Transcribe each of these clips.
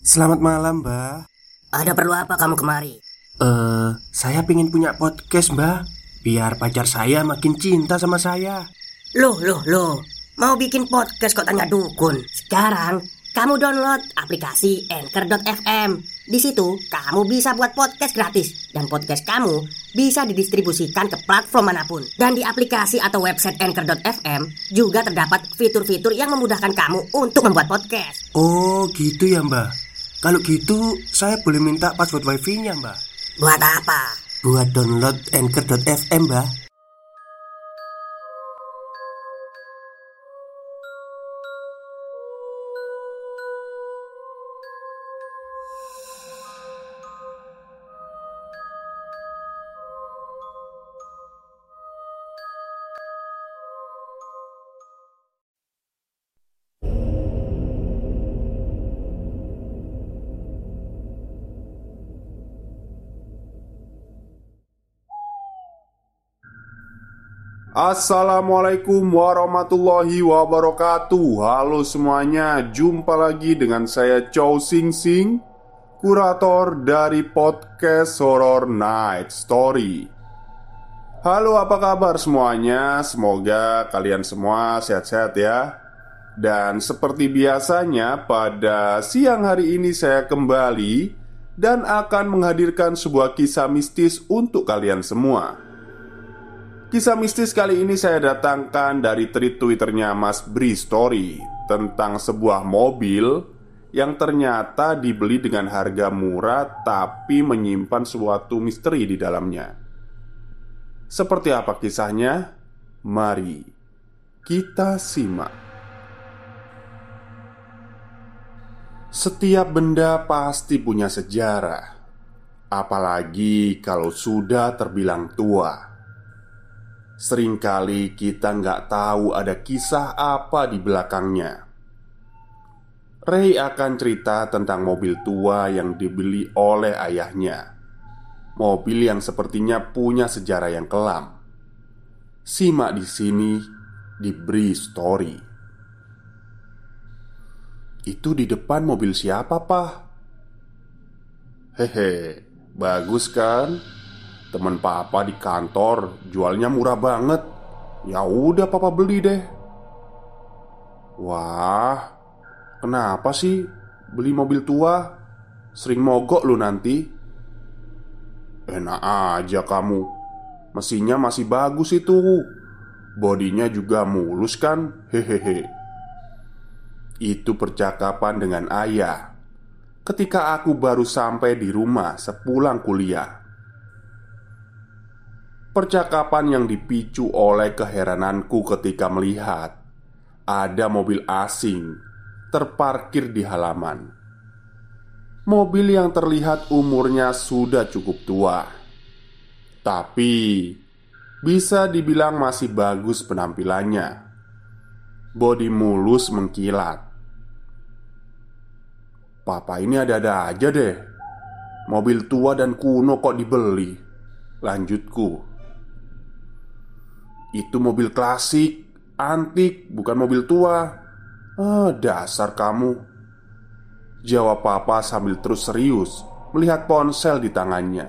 Selamat malam, Mbak. Ada perlu apa kamu kemari? Saya pengen punya podcast, Mbak. Biar pacar saya makin cinta sama saya. Loh. Mau bikin podcast kok tanya dukun? Sekarang kamu download aplikasi Anchor.fm. Di situ kamu bisa buat podcast gratis. Dan podcast kamu bisa didistribusikan ke platform manapun. Dan di aplikasi atau website Anchor.fm juga terdapat fitur-fitur yang memudahkan kamu untuk membuat podcast. Oh, gitu ya, Mbak. Kalau gitu, saya boleh minta password wifi-nya, Mbak. Buat apa? Buat download Anchor.fm, Mbak. Assalamualaikum warahmatullahi wabarakatuh. Halo semuanya, jumpa lagi dengan saya Chow Sing Sing, kurator dari podcast Horror Night Story. Halo, apa kabar semuanya? Semoga kalian semua sehat-sehat ya. Dan seperti biasanya, pada siang hari ini saya kembali dan akan menghadirkan sebuah kisah mistis untuk kalian semua. Kisah mistis kali ini saya datangkan dari tweet Twitternya Mas Bri Story tentang sebuah mobil yang ternyata dibeli dengan harga murah tapi menyimpan suatu misteri di dalamnya. Seperti apa kisahnya? Mari kita simak. Setiap benda pasti punya sejarah, apalagi kalau sudah terbilang tua. Seringkali kita nggak tahu ada kisah apa di belakangnya. Ray akan cerita tentang mobil tua yang dibeli oleh ayahnya. Mobil yang sepertinya punya sejarah yang kelam. Simak di sini di Bri Story. Itu di depan mobil siapa, Pak? Hehe, bagus kan? Temen papa di kantor jualnya murah banget. Ya udah papa beli deh. Wah, kenapa sih beli mobil tua? Sering mogok lu nanti. Enak aja kamu. Mesinnya masih bagus itu. Bodinya juga mulus kan? Hehehe. Itu percakapan dengan ayah ketika aku baru sampai di rumah sepulang kuliah. Percakapan yang dipicu oleh keherananku ketika melihat ada mobil asing terparkir di halaman. Mobil yang terlihat umurnya sudah cukup tua, tapi bisa dibilang masih bagus penampilannya. Bodi mulus mengkilat. Papa ini ada-ada aja deh. Mobil tua dan kuno kok dibeli? Lanjutku. Itu mobil klasik, antik, bukan mobil tua. Dasar kamu, jawab papa sambil terus serius melihat ponsel di tangannya.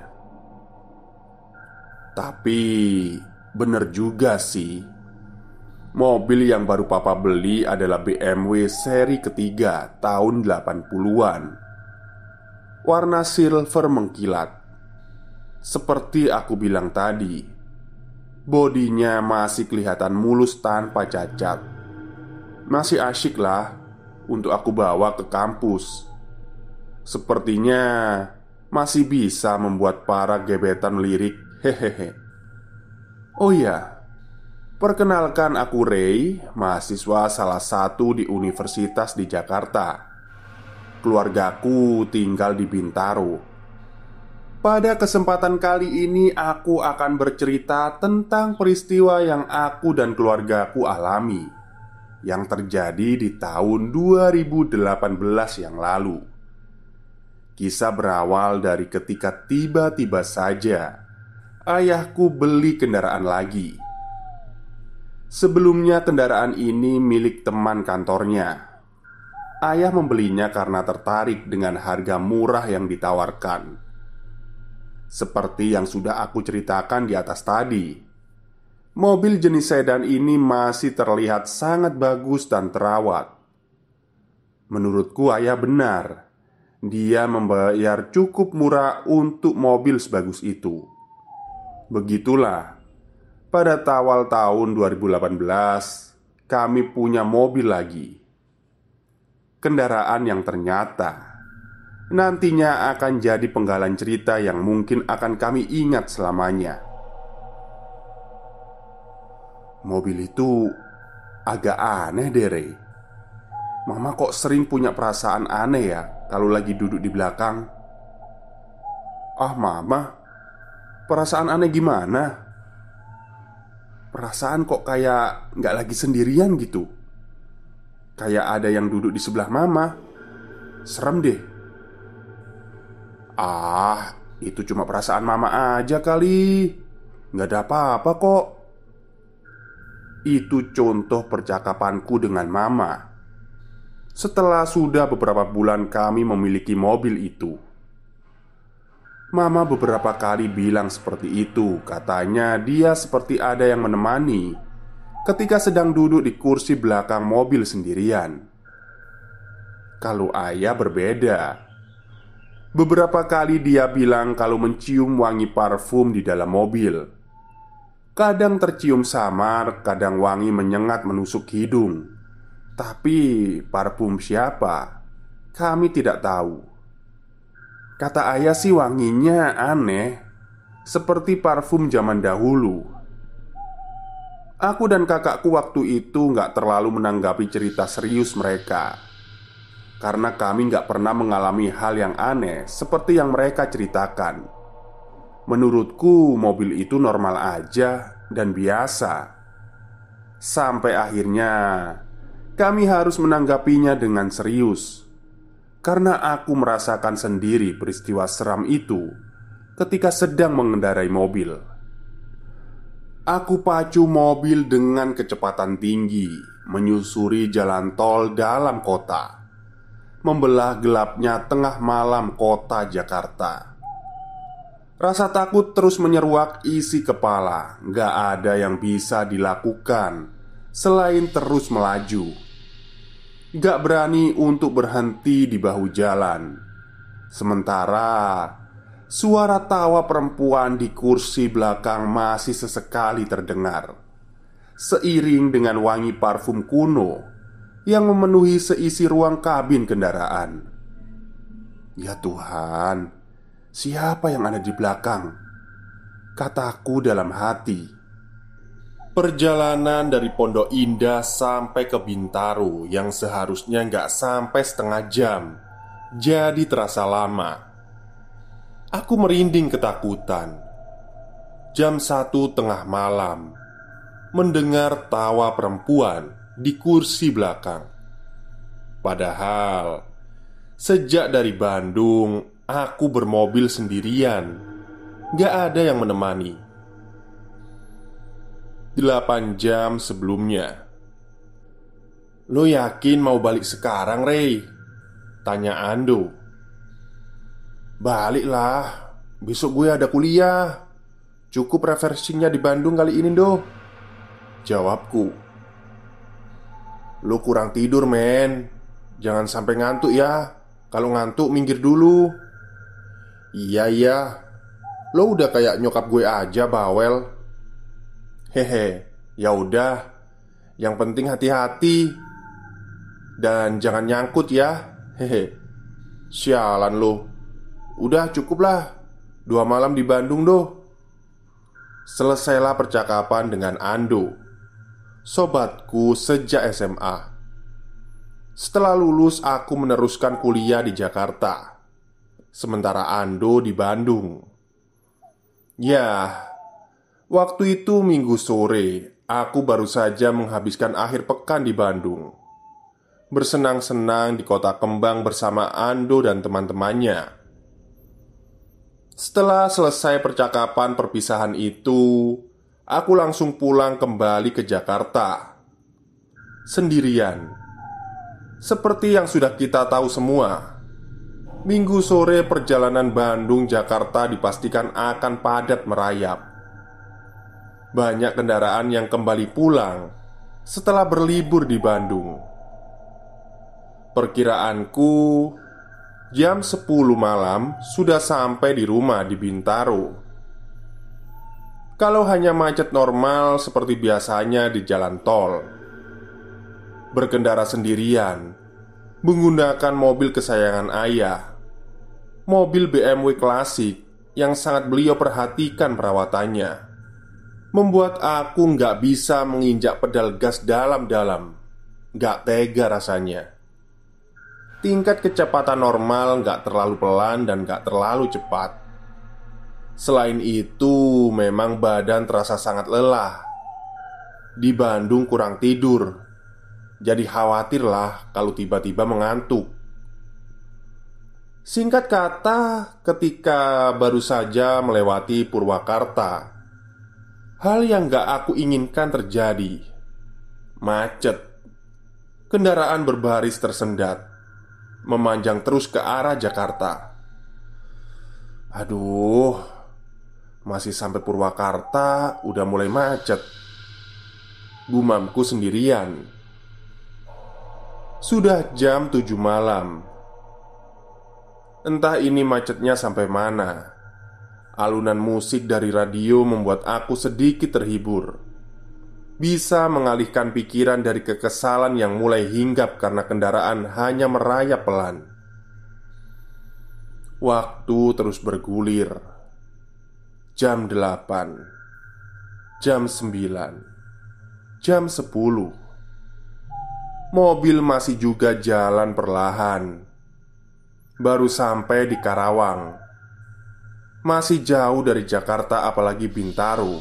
Tapi bener juga sih. Mobil yang baru papa beli adalah BMW seri ketiga tahun 80-an. Warna silver mengkilat. Seperti aku bilang tadi, bodinya masih kelihatan mulus tanpa cacat. Masih asyik lah untuk aku bawa ke kampus. Sepertinya masih bisa membuat para gebetan lirik. Hehehe. Oh ya, perkenalkan aku Ray, mahasiswa salah satu di universitas di Jakarta. Keluargaku tinggal di Bintaro. Pada kesempatan kali ini aku akan bercerita tentang peristiwa yang aku dan keluargaku alami yang terjadi di tahun 2018 yang lalu. Kisah berawal dari ketika tiba-tiba saja ayahku beli kendaraan lagi. Sebelumnya kendaraan ini milik teman kantornya. Ayah membelinya karena tertarik dengan harga murah yang ditawarkan. Seperti yang sudah aku ceritakan di atas tadi, mobil jenis sedan ini masih terlihat sangat bagus dan terawat. Menurutku ayah benar. Dia membayar cukup murah untuk mobil sebagus itu. Begitulah, pada awal tahun 2018 kami punya mobil lagi. Kendaraan yang ternyata nantinya akan jadi penggalan cerita yang mungkin akan kami ingat selamanya. Mobil itu agak aneh deh, Rey. Mama kok sering punya perasaan aneh ya kalau lagi duduk di belakang. Ah mama, perasaan aneh gimana? Perasaan kok kayak nggak lagi sendirian gitu. Kayak ada yang duduk di sebelah mama. Serem deh. Ah, itu cuma perasaan mama aja kali. Nggak ada apa-apa kok. Itu contoh percakapanku dengan mama setelah sudah beberapa bulan kami memiliki mobil itu. Mama beberapa kali bilang seperti itu. Katanya dia seperti ada yang menemani ketika sedang duduk di kursi belakang mobil sendirian. Kalau ayah berbeda. Beberapa kali dia bilang kalau mencium wangi parfum di dalam mobil. Kadang tercium samar, kadang wangi menyengat menusuk hidung. Tapi parfum siapa? Kami tidak tahu. Kata ayah sih wanginya aneh, seperti parfum zaman dahulu. Aku dan kakakku waktu itu nggak terlalu menanggapi cerita serius mereka, karena kami nggak pernah mengalami hal yang aneh seperti yang mereka ceritakan. Menurutku mobil itu normal aja dan biasa. Sampai akhirnya kami harus menanggapinya dengan serius, karena aku merasakan sendiri peristiwa seram itu ketika sedang mengendarai mobil. Aku pacu mobil dengan kecepatan tinggi, menyusuri jalan tol dalam kota, membelah gelapnya tengah malam kota Jakarta. Rasa takut terus menyeruak isi kepala. Gak ada yang bisa dilakukan selain terus melaju. Gak berani untuk berhenti di bahu jalan. Sementara suara tawa perempuan di kursi belakang masih sesekali terdengar, seiring dengan wangi parfum kuno yang memenuhi seisi ruang kabin kendaraan. Ya Tuhan, siapa yang ada di belakang? Kataku dalam hati. Perjalanan dari Pondok Indah sampai ke Bintaro yang seharusnya nggak sampai setengah jam, jadi terasa lama. Aku merinding ketakutan. Jam 1 tengah malam, mendengar tawa perempuan di kursi belakang. Padahal sejak dari Bandung aku bermobil sendirian, gak ada yang menemani. 8 jam sebelumnya. "Lo yakin mau balik sekarang, Rey?" tanya Ando. "Baliklah, besok gue ada kuliah. Cukup refreshingnya di Bandung kali ini, Do," jawabku. "Lo kurang tidur, men. Jangan sampai ngantuk ya. Kalau ngantuk minggir dulu." Iya. Lo udah kayak nyokap gue aja, bawel." "Hehe, ya udah. Yang penting hati-hati dan jangan nyangkut ya. Hehe. Sialan lo. Udah cukuplah. 2 malam di Bandung, Do." Selesailah percakapan dengan Ando, sobatku sejak SMA. Setelah lulus aku meneruskan kuliah di Jakarta, sementara Ando di Bandung. Ya, waktu itu Minggu sore. Aku baru saja menghabiskan akhir pekan di Bandung, bersenang-senang di kota kembang bersama Ando dan teman-temannya. Setelah selesai percakapan perpisahan itu, aku langsung pulang kembali ke Jakarta sendirian. Seperti yang sudah kita tahu semua, Minggu sore perjalanan Bandung-Jakarta dipastikan akan padat merayap. Banyak kendaraan yang kembali pulang setelah berlibur di Bandung. Perkiraanku jam 10 malam sudah sampai di rumah di Bintaro. Kalau hanya macet normal seperti biasanya di jalan tol. Berkendara sendirian, menggunakan mobil kesayangan ayah, mobil BMW klasik yang sangat beliau perhatikan perawatannya, membuat aku nggak bisa menginjak pedal gas dalam-dalam. Nggak tega rasanya. Tingkat kecepatan normal nggak terlalu pelan dan nggak terlalu cepat. Selain itu, memang badan terasa sangat lelah. Di Bandung kurang tidur, jadi khawatirlah kalau tiba-tiba mengantuk. Singkat kata, ketika baru saja melewati Purwakarta, hal yang gak aku inginkan terjadi. Macet. Kendaraan berbaris tersendat, memanjang terus ke arah Jakarta. Aduh, masih sampai Purwakarta udah mulai macet. Gumamku sendirian. Sudah jam 7 malam. Entah ini macetnya sampai mana. Alunan musik dari radio membuat aku sedikit terhibur. Bisa mengalihkan pikiran dari kekesalan yang mulai hinggap karena kendaraan hanya merayap pelan. Waktu terus bergulir. Jam 8, jam 9, jam 10. Mobil masih juga jalan perlahan. Baru sampai di Karawang. Masih jauh dari Jakarta, apalagi Bintaro.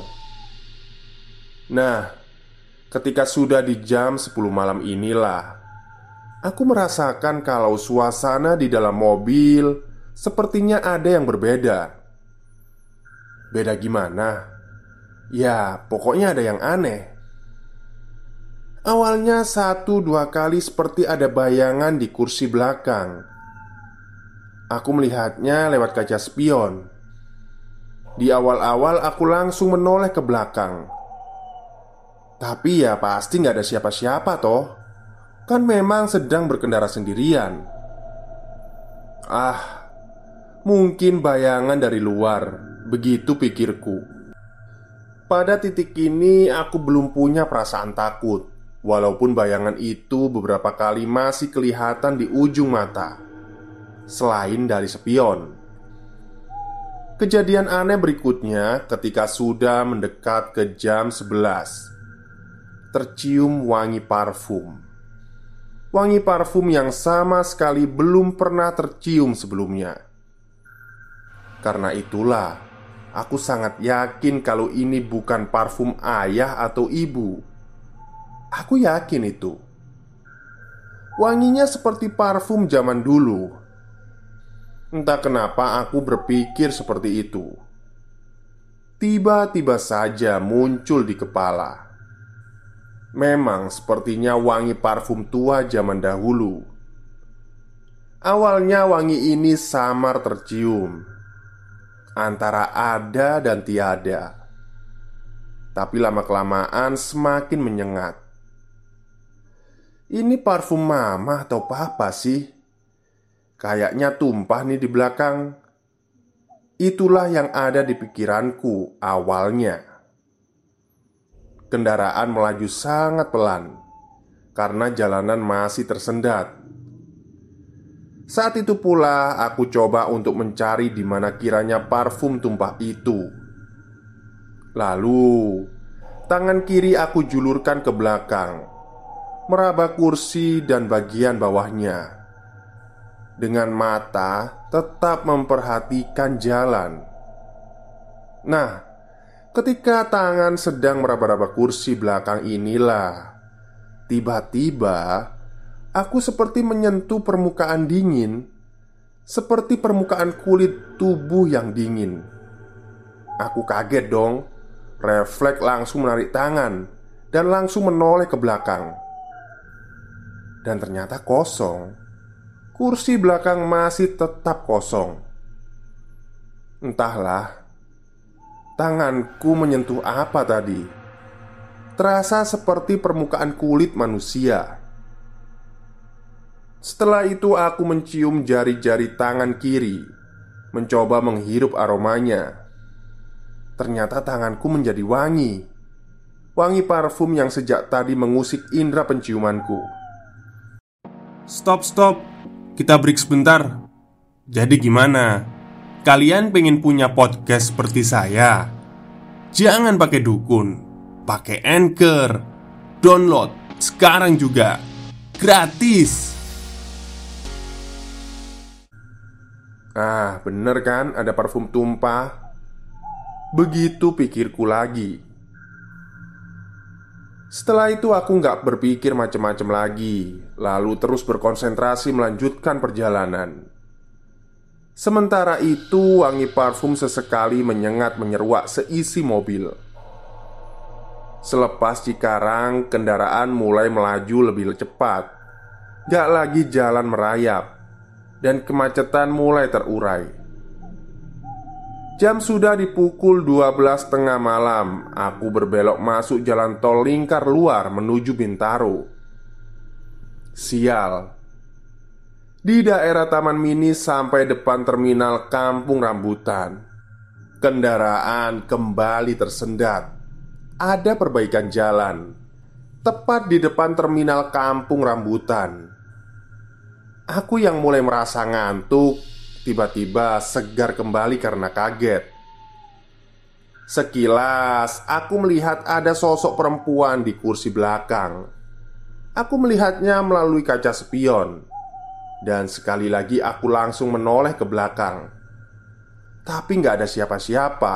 Nah, ketika sudah di jam 10 malam inilah aku merasakan kalau suasana di dalam mobil sepertinya ada yang berbeda. Beda gimana? Ya, pokoknya ada yang aneh. Awalnya 1-2 kali seperti ada bayangan di kursi belakang. Aku melihatnya lewat kaca spion. Di awal-awal aku langsung menoleh ke belakang. Tapi ya pasti nggak ada siapa-siapa toh. Kan memang sedang berkendara sendirian. Mungkin bayangan dari luar. Begitu pikirku. Pada titik ini aku belum punya perasaan takut. Walaupun bayangan itu beberapa kali masih kelihatan di ujung mata, selain dari spion. Kejadian aneh berikutnya ketika sudah mendekat ke jam 11. Tercium wangi parfum. Wangi parfum yang sama sekali belum pernah tercium sebelumnya. Karena itulah aku sangat yakin kalau ini bukan parfum ayah atau ibu. Aku yakin itu. Wanginya seperti parfum zaman dulu. Entah kenapa aku berpikir seperti itu. Tiba-tiba saja muncul di kepala. Memang sepertinya wangi parfum tua zaman dahulu. Awalnya wangi ini samar tercium, antara ada dan tiada. Tapi lama-kelamaan semakin menyengat. Ini parfum mama atau papa sih? Kayaknya tumpah nih di belakang. Itulah yang ada di pikiranku awalnya. Kendaraan melaju sangat pelan karena jalanan masih tersendat. Saat itu pula aku coba untuk mencari di mana kiranya parfum tumpah itu. Lalu, tangan kiri aku julurkan ke belakang, meraba kursi dan bagian bawahnya. Dengan mata tetap memperhatikan jalan. Nah, ketika tangan sedang meraba-raba kursi belakang inilah, tiba-tiba aku seperti menyentuh permukaan dingin, seperti permukaan kulit tubuh yang dingin. Aku kaget dong. Refleks langsung menarik tangan dan langsung menoleh ke belakang. Dan ternyata kosong. Kursi belakang masih tetap kosong. Entahlah, tanganku menyentuh apa tadi. Terasa seperti permukaan kulit manusia. Setelah itu aku mencium jari-jari tangan kiri, mencoba menghirup aromanya. Ternyata tanganku menjadi wangi. Wangi parfum yang sejak tadi mengusik indera penciumanku. Stop, kita break sebentar. Jadi gimana? Kalian pengen punya podcast seperti saya? Jangan pakai dukun, pakai Anchor. Download sekarang juga, gratis. Ah, bener kan ada parfum tumpah? Begitu pikirku lagi. Setelah itu aku nggak berpikir macam-macam lagi, lalu terus berkonsentrasi melanjutkan perjalanan. Sementara itu wangi parfum sesekali menyengat menyeruak seisi mobil. Selepas Cikarang, kendaraan mulai melaju lebih cepat. Gak lagi jalan merayap, dan kemacetan mulai terurai. Jam sudah di pukul 12.30 malam. Aku berbelok masuk jalan tol lingkar luar menuju Bintaro. Sial. Di daerah Taman Mini sampai depan terminal Kampung Rambutan, kendaraan kembali tersendat. Ada perbaikan jalan tepat di depan terminal Kampung Rambutan. Aku yang mulai merasa ngantuk tiba-tiba segar kembali karena kaget. Sekilas aku melihat ada sosok perempuan di kursi belakang. Aku melihatnya melalui kaca spion. Dan sekali lagi aku langsung menoleh ke belakang. Tapi gak ada siapa-siapa.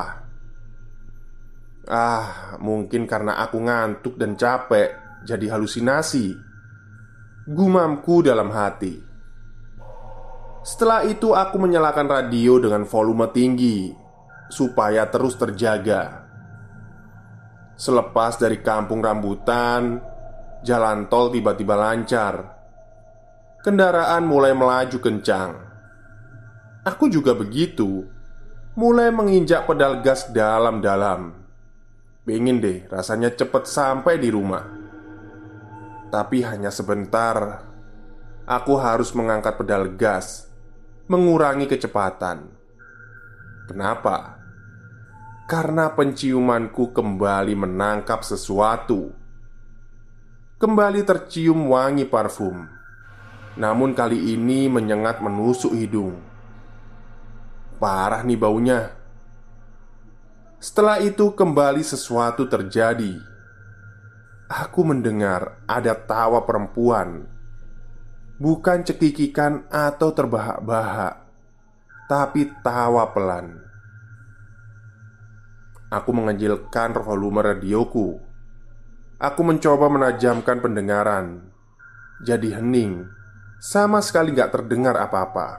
Mungkin karena aku ngantuk dan capek, jadi halusinasi, gumamku dalam hati. Setelah itu aku menyalakan radio dengan volume tinggi supaya terus terjaga. Selepas dari Kampung Rambutan, jalan tol tiba-tiba lancar. Kendaraan mulai melaju kencang. Aku juga begitu, mulai menginjak pedal gas dalam-dalam. Pengen deh rasanya cepet sampai di rumah. Tapi hanya sebentar. Aku harus mengangkat pedal gas, mengurangi kecepatan. Kenapa? Karena penciumanku kembali menangkap sesuatu. Kembali tercium wangi parfum. Namun kali ini menyengat menusuk hidung. Parah nih baunya. Setelah itu kembali sesuatu terjadi. Aku mendengar ada tawa perempuan. Bukan cekikikan atau terbahak-bahak, tapi tawa pelan. Aku mengecilkan volume radioku. Aku mencoba menajamkan pendengaran. Jadi hening. Sama sekali gak terdengar apa-apa.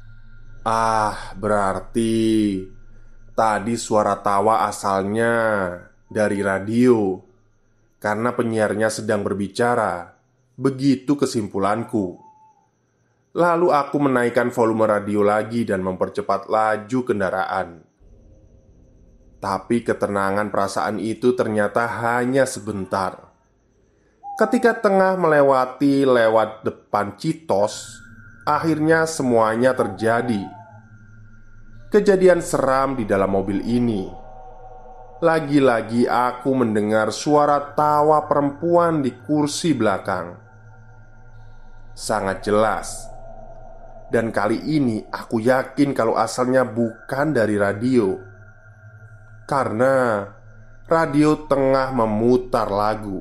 Berarti tadi suara tawa asalnya dari radio. Karena penyiarnya sedang berbicara. Begitu kesimpulanku. Lalu aku menaikkan volume radio lagi dan mempercepat laju kendaraan. Tapi ketenangan perasaan itu ternyata hanya sebentar. Ketika tengah lewat depan Citos, akhirnya semuanya terjadi. Kejadian seram di dalam mobil ini. Lagi-lagi aku mendengar suara tawa perempuan di kursi belakang. Sangat jelas. Dan kali ini aku yakin kalau asalnya bukan dari radio. Karena radio tengah memutar lagu.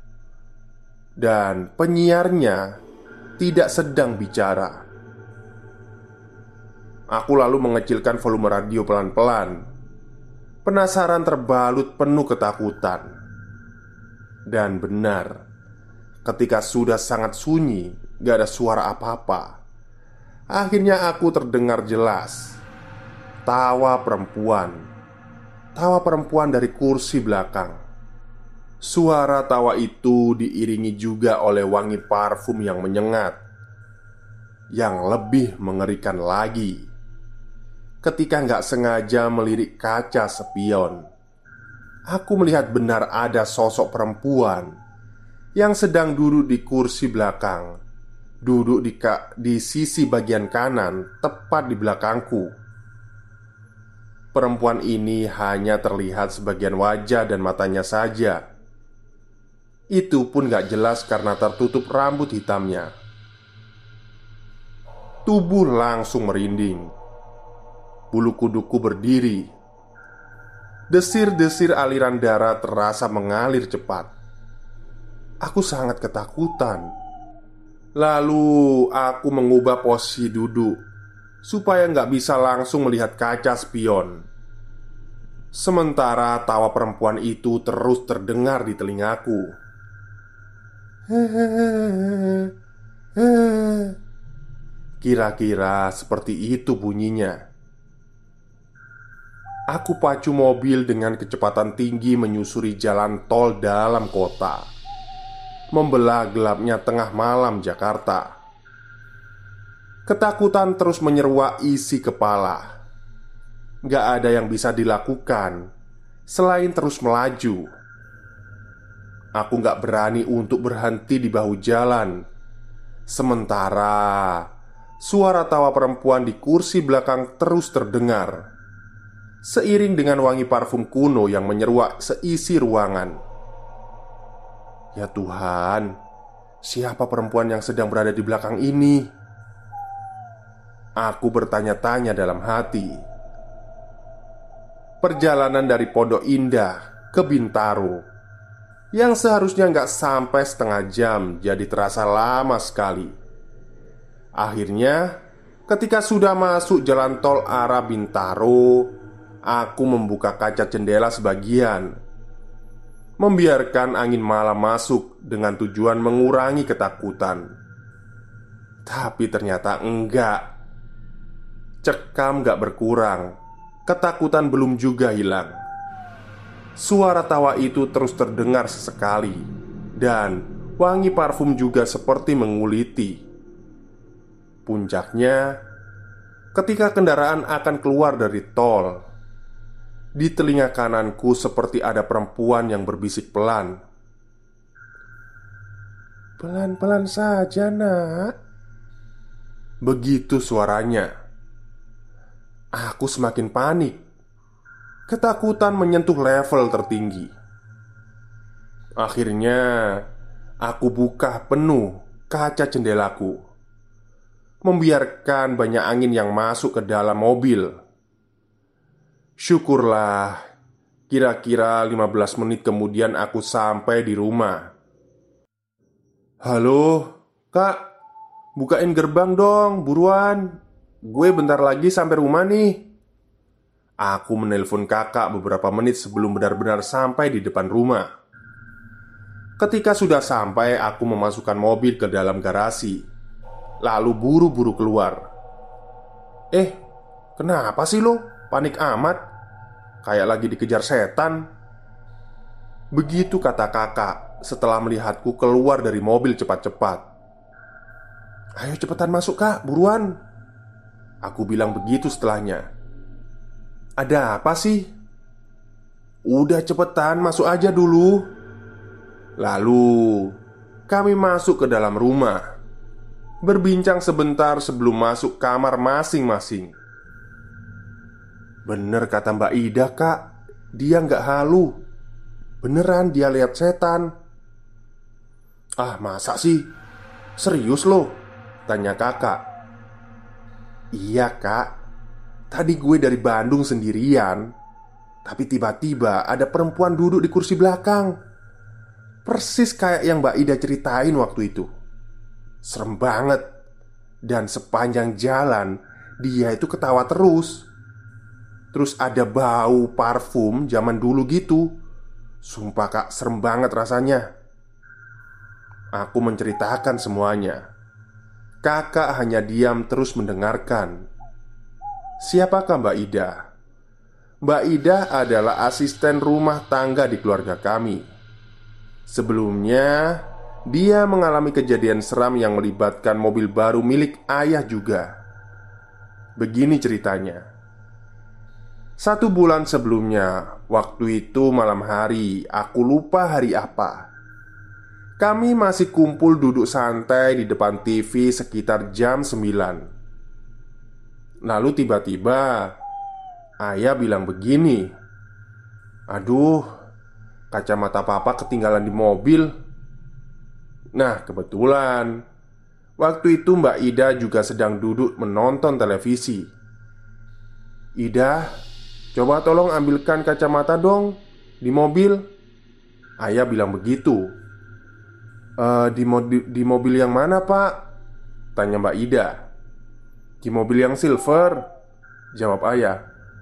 Dan penyiarnya tidak sedang bicara. Aku lalu mengecilkan volume radio pelan-pelan. Penasaran terbalut penuh ketakutan. Dan benar, ketika sudah sangat sunyi, gak ada suara apa-apa, akhirnya aku terdengar jelas tawa perempuan. Tawa perempuan dari kursi belakang. Suara tawa itu diiringi juga oleh wangi parfum yang menyengat. Yang lebih mengerikan lagi, ketika nggak sengaja melirik kaca spion, aku melihat benar ada sosok perempuan yang sedang duduk di kursi belakang. Duduk di sisi bagian kanan, tepat di belakangku. Perempuan ini hanya terlihat sebagian wajah dan matanya saja. Itu pun gak jelas karena tertutup rambut hitamnya. Tubuh langsung merinding. Bulu kuduku berdiri. Desir-desir aliran darah terasa mengalir cepat. Aku sangat ketakutan. Lalu aku mengubah posisi duduk supaya nggak bisa langsung melihat kaca spion. Sementara tawa perempuan itu terus terdengar di telingaku. Kira-kira seperti itu bunyinya. Aku pacu mobil dengan kecepatan tinggi menyusuri jalan tol dalam kota, membelah gelapnya tengah malam Jakarta. Ketakutan terus menyeruak isi kepala. Gak ada yang bisa dilakukan selain terus melaju. Aku gak berani untuk berhenti di bahu jalan. Sementara suara tawa perempuan di kursi belakang terus terdengar, seiring dengan wangi parfum kuno yang menyeruak seisi ruangan. Ya Tuhan, siapa perempuan yang sedang berada di belakang ini? Aku bertanya-tanya dalam hati. Perjalanan dari Pondok Indah ke Bintaro yang seharusnya nggak sampai setengah jam jadi terasa lama sekali. Akhirnya, ketika sudah masuk jalan tol arah Bintaro, aku membuka kaca jendela sebagian, membiarkan angin malam masuk dengan tujuan mengurangi ketakutan. Tapi ternyata enggak. Cekam gak berkurang, ketakutan belum juga hilang. Suara tawa itu terus terdengar sesekali, dan wangi parfum juga seperti menguliti. Puncaknya, ketika kendaraan akan keluar dari tol, di telinga kananku seperti ada perempuan yang berbisik pelan. "Pelan-pelan saja, Nak." Begitu suaranya. Aku semakin panik. Ketakutan menyentuh level tertinggi. Akhirnya, aku buka penuh kaca jendelaku, membiarkan banyak angin yang masuk ke dalam mobil. Syukurlah, kira-kira 15 menit kemudian aku sampai di rumah. "Halo, Kak, bukain gerbang dong, buruan. Gue bentar lagi sampai rumah nih." Aku menelpon kakak beberapa menit sebelum benar-benar sampai di depan rumah. Ketika sudah sampai, aku memasukkan mobil ke dalam garasi, lalu buru-buru keluar. Kenapa sih lo? Panik amat, kayak lagi dikejar setan." Begitu kata kakak setelah melihatku keluar dari mobil cepat-cepat. "Ayo cepetan masuk kak, buruan." Aku bilang begitu setelahnya. "Ada apa sih?" "Udah cepetan, masuk aja dulu." Lalu kami masuk ke dalam rumah, berbincang sebentar sebelum masuk kamar masing-masing. Bener kata Mbak Ida kak, dia nggak halu. Beneran dia lihat setan. "Ah masa sih? Serius loh?" tanya kakak. "Iya kak, tadi gue dari Bandung sendirian, tapi tiba-tiba ada perempuan duduk di kursi belakang, persis kayak yang Mbak Ida ceritain waktu itu. Serem banget. Dan sepanjang jalan dia itu ketawa terus. Terus ada bau parfum zaman dulu gitu. Sumpah kak, serem banget rasanya." Aku menceritakan semuanya. Kakak hanya diam terus mendengarkan. Siapakah Mbak Ida? Mbak Ida adalah asisten rumah tangga di keluarga kami. Sebelumnya, dia mengalami kejadian seram yang melibatkan mobil baru milik ayah juga. Begini ceritanya. 1 bulan sebelumnya, waktu itu malam hari, aku lupa hari apa. Kami masih kumpul duduk santai di depan TV sekitar jam 9. Lalu tiba-tiba ayah bilang begini, "Aduh, kacamata papa ketinggalan di mobil." Nah, kebetulan waktu itu Mbak Ida juga sedang duduk menonton televisi. "Ida, coba tolong ambilkan kacamata dong di mobil." Ayah bilang begitu. Di mobil yang mana, Pak?" tanya Mbak Ida. "Di mobil yang silver," jawab ayah.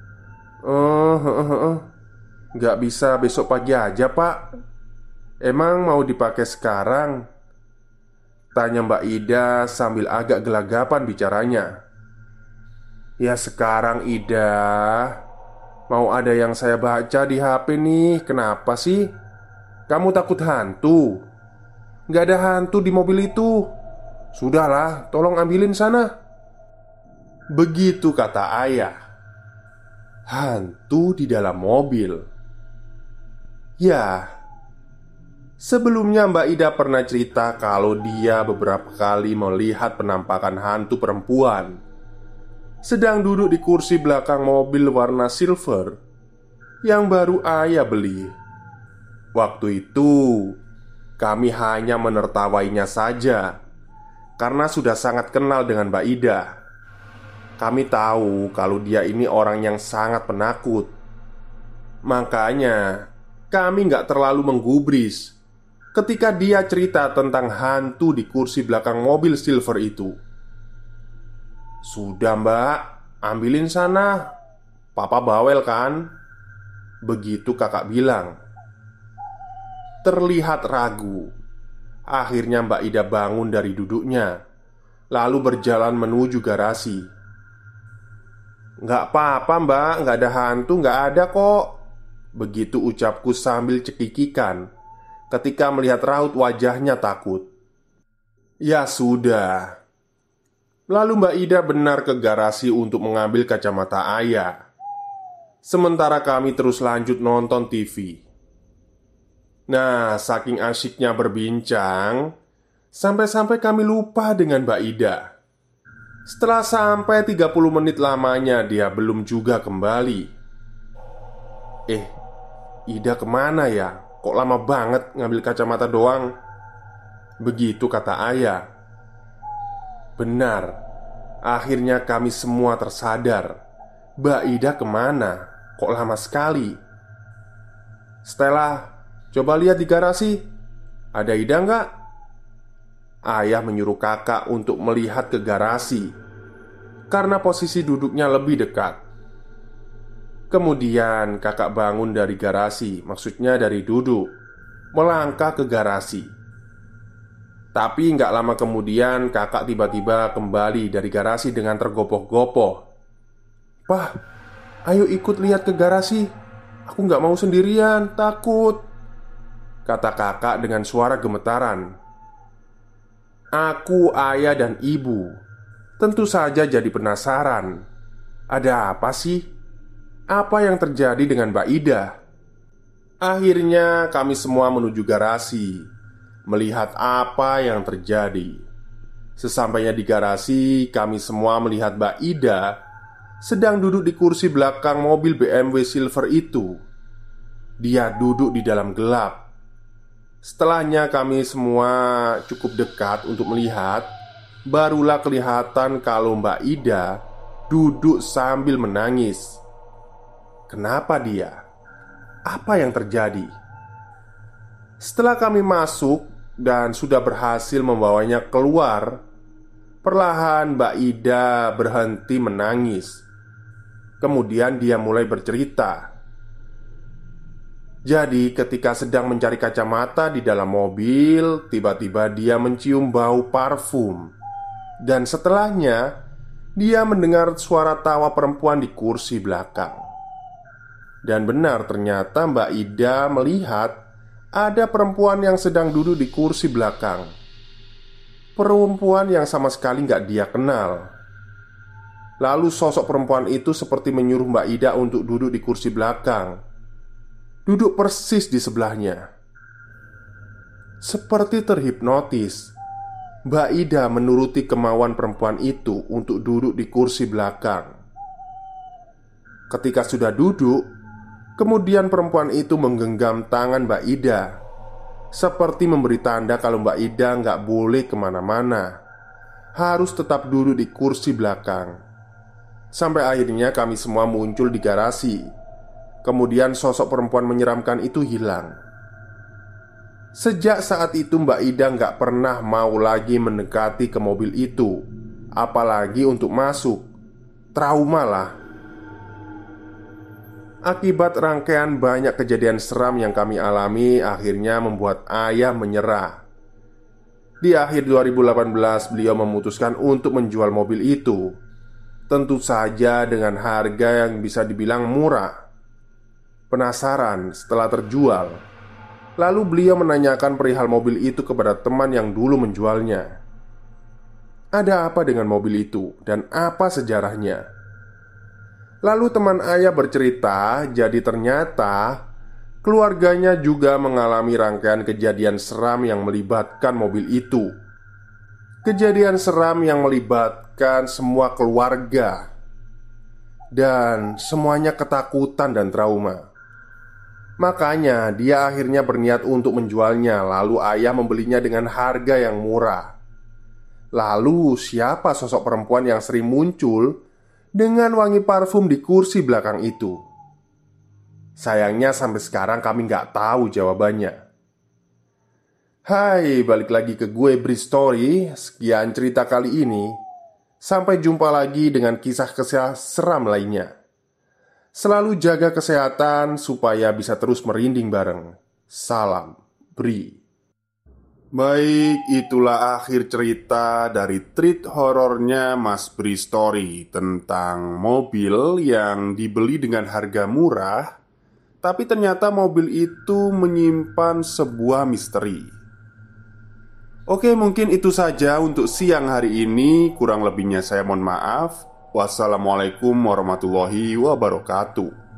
Nggak bisa besok pagi aja, Pak? Emang mau dipakai sekarang?" tanya Mbak Ida sambil agak gelagapan bicaranya. "Ya sekarang, Ida. Mau ada yang saya baca di HP nih. Kenapa sih? Kamu takut hantu? Nggak ada hantu di mobil itu. Sudahlah, tolong ambilin sana." Begitu kata ayah. Hantu di dalam mobil. Ya, sebelumnya Mbak Ida pernah cerita kalau dia beberapa kali melihat penampakan hantu perempuan sedang duduk di kursi belakang mobil warna silver yang baru ayah beli. Waktu itu kami hanya menertawainya saja karena sudah sangat kenal dengan Mbak Ida. Kami tahu kalau dia ini orang yang sangat penakut. Makanya kami nggak terlalu menggubris ketika dia cerita tentang hantu di kursi belakang mobil silver itu. "Sudah, Mbak, ambilin sana. Papa bawel kan?" begitu kakak bilang. Terlihat ragu. Akhirnya Mbak Ida bangun dari duduknya, lalu berjalan menuju garasi. "Nggak apa-apa, Mbak, nggak ada hantu, nggak ada kok," begitu ucapku sambil cekikikan ketika melihat raut wajahnya takut. Ya sudah. Lalu Mbak Ida benar ke garasi untuk mengambil kacamata ayah. Sementara kami terus lanjut nonton TV. Nah, saking asyiknya berbincang, sampai-sampai kami lupa dengan Mbak Ida. Setelah sampai 30 menit lamanya, dia belum juga kembali. Ida kemana ya? Kok lama banget ngambil kacamata doang?" begitu kata ayah. Benar. Akhirnya kami semua tersadar. Mbak Ida kemana? Kok lama sekali? "Stella, coba lihat di garasi. Ada Ida nggak?" Ayah menyuruh kakak untuk melihat ke garasi karena posisi duduknya lebih dekat. Kemudian kakak bangun dari garasi, maksudnya dari duduk, melangkah ke garasi. Tapi nggak lama kemudian kakak tiba-tiba kembali dari garasi dengan tergopoh-gopoh. "Pah, ayo ikut lihat ke garasi. Aku nggak mau sendirian, takut," kata kakak dengan suara gemetaran. Aku, ayah, dan ibu tentu saja jadi penasaran. Ada apa sih? Apa yang terjadi dengan Mbak Ida? Akhirnya kami semua menuju garasi, melihat apa yang terjadi. Sesampainya di garasi, kami semua melihat Mbak Ida sedang duduk di kursi belakang mobil BMW Silver itu. Dia duduk di dalam gelap. Setelahnya kami semua cukup dekat untuk melihat. Barulah kelihatan kalau Mbak Ida duduk sambil menangis. Kenapa dia? Apa yang terjadi? Setelah kami masuk dan sudah berhasil membawanya keluar, perlahan Mbak Ida berhenti menangis. Kemudian dia mulai bercerita. Jadi ketika sedang mencari kacamata di dalam mobil, tiba-tiba dia mencium bau parfum. Dan setelahnya, dia mendengar suara tawa perempuan di kursi belakang. Dan benar, ternyata Mbak Ida melihat ada perempuan yang sedang duduk di kursi belakang. Perempuan yang sama sekali gak dia kenal. Lalu sosok perempuan itu seperti menyuruh Mbak Ida untuk duduk di kursi belakang, duduk persis di sebelahnya. Seperti terhipnotis, Mbak Ida menuruti kemauan perempuan itu untuk duduk di kursi belakang. Ketika sudah duduk, kemudian perempuan itu menggenggam tangan Mbak Ida, seperti memberi tanda kalau Mbak Ida nggak boleh kemana-mana, harus tetap duduk di kursi belakang. Sampai akhirnya kami semua muncul di garasi. Kemudian sosok perempuan menyeramkan itu hilang. Sejak saat itu Mbak Ida nggak pernah mau lagi mendekati ke mobil itu, apalagi untuk masuk. Trauma lah. Akibat rangkaian banyak kejadian seram yang kami alami, akhirnya membuat ayah menyerah. Di akhir 2018 beliau memutuskan untuk menjual mobil itu. Tentu saja dengan harga yang bisa dibilang murah. Penasaran setelah terjual, lalu beliau menanyakan perihal mobil itu kepada teman yang dulu menjualnya. Ada apa dengan mobil itu dan apa sejarahnya? Lalu teman ayah bercerita, jadi ternyata keluarganya juga mengalami rangkaian kejadian seram yang melibatkan mobil itu. Kejadian seram yang melibatkan semua keluarga, dan semuanya ketakutan dan trauma. Makanya dia akhirnya berniat untuk menjualnya. Lalu ayah membelinya dengan harga yang murah. Lalu siapa sosok perempuan yang sering muncul dengan wangi parfum di kursi belakang itu? Sayangnya sampai sekarang kami nggak tahu jawabannya. Hai, balik lagi ke gue Bristory. Sekian cerita kali ini. Sampai jumpa lagi dengan kisah-kisah seram lainnya. Selalu jaga kesehatan supaya bisa terus merinding bareng. Salam Bri. Baik, itulah akhir cerita dari treat horornya Mas Bristory tentang mobil yang dibeli dengan harga murah, tapi ternyata mobil itu menyimpan sebuah misteri. Oke, mungkin itu saja untuk siang hari ini. Kurang lebihnya saya mohon maaf. Wassalamualaikum warahmatullahi wabarakatuh.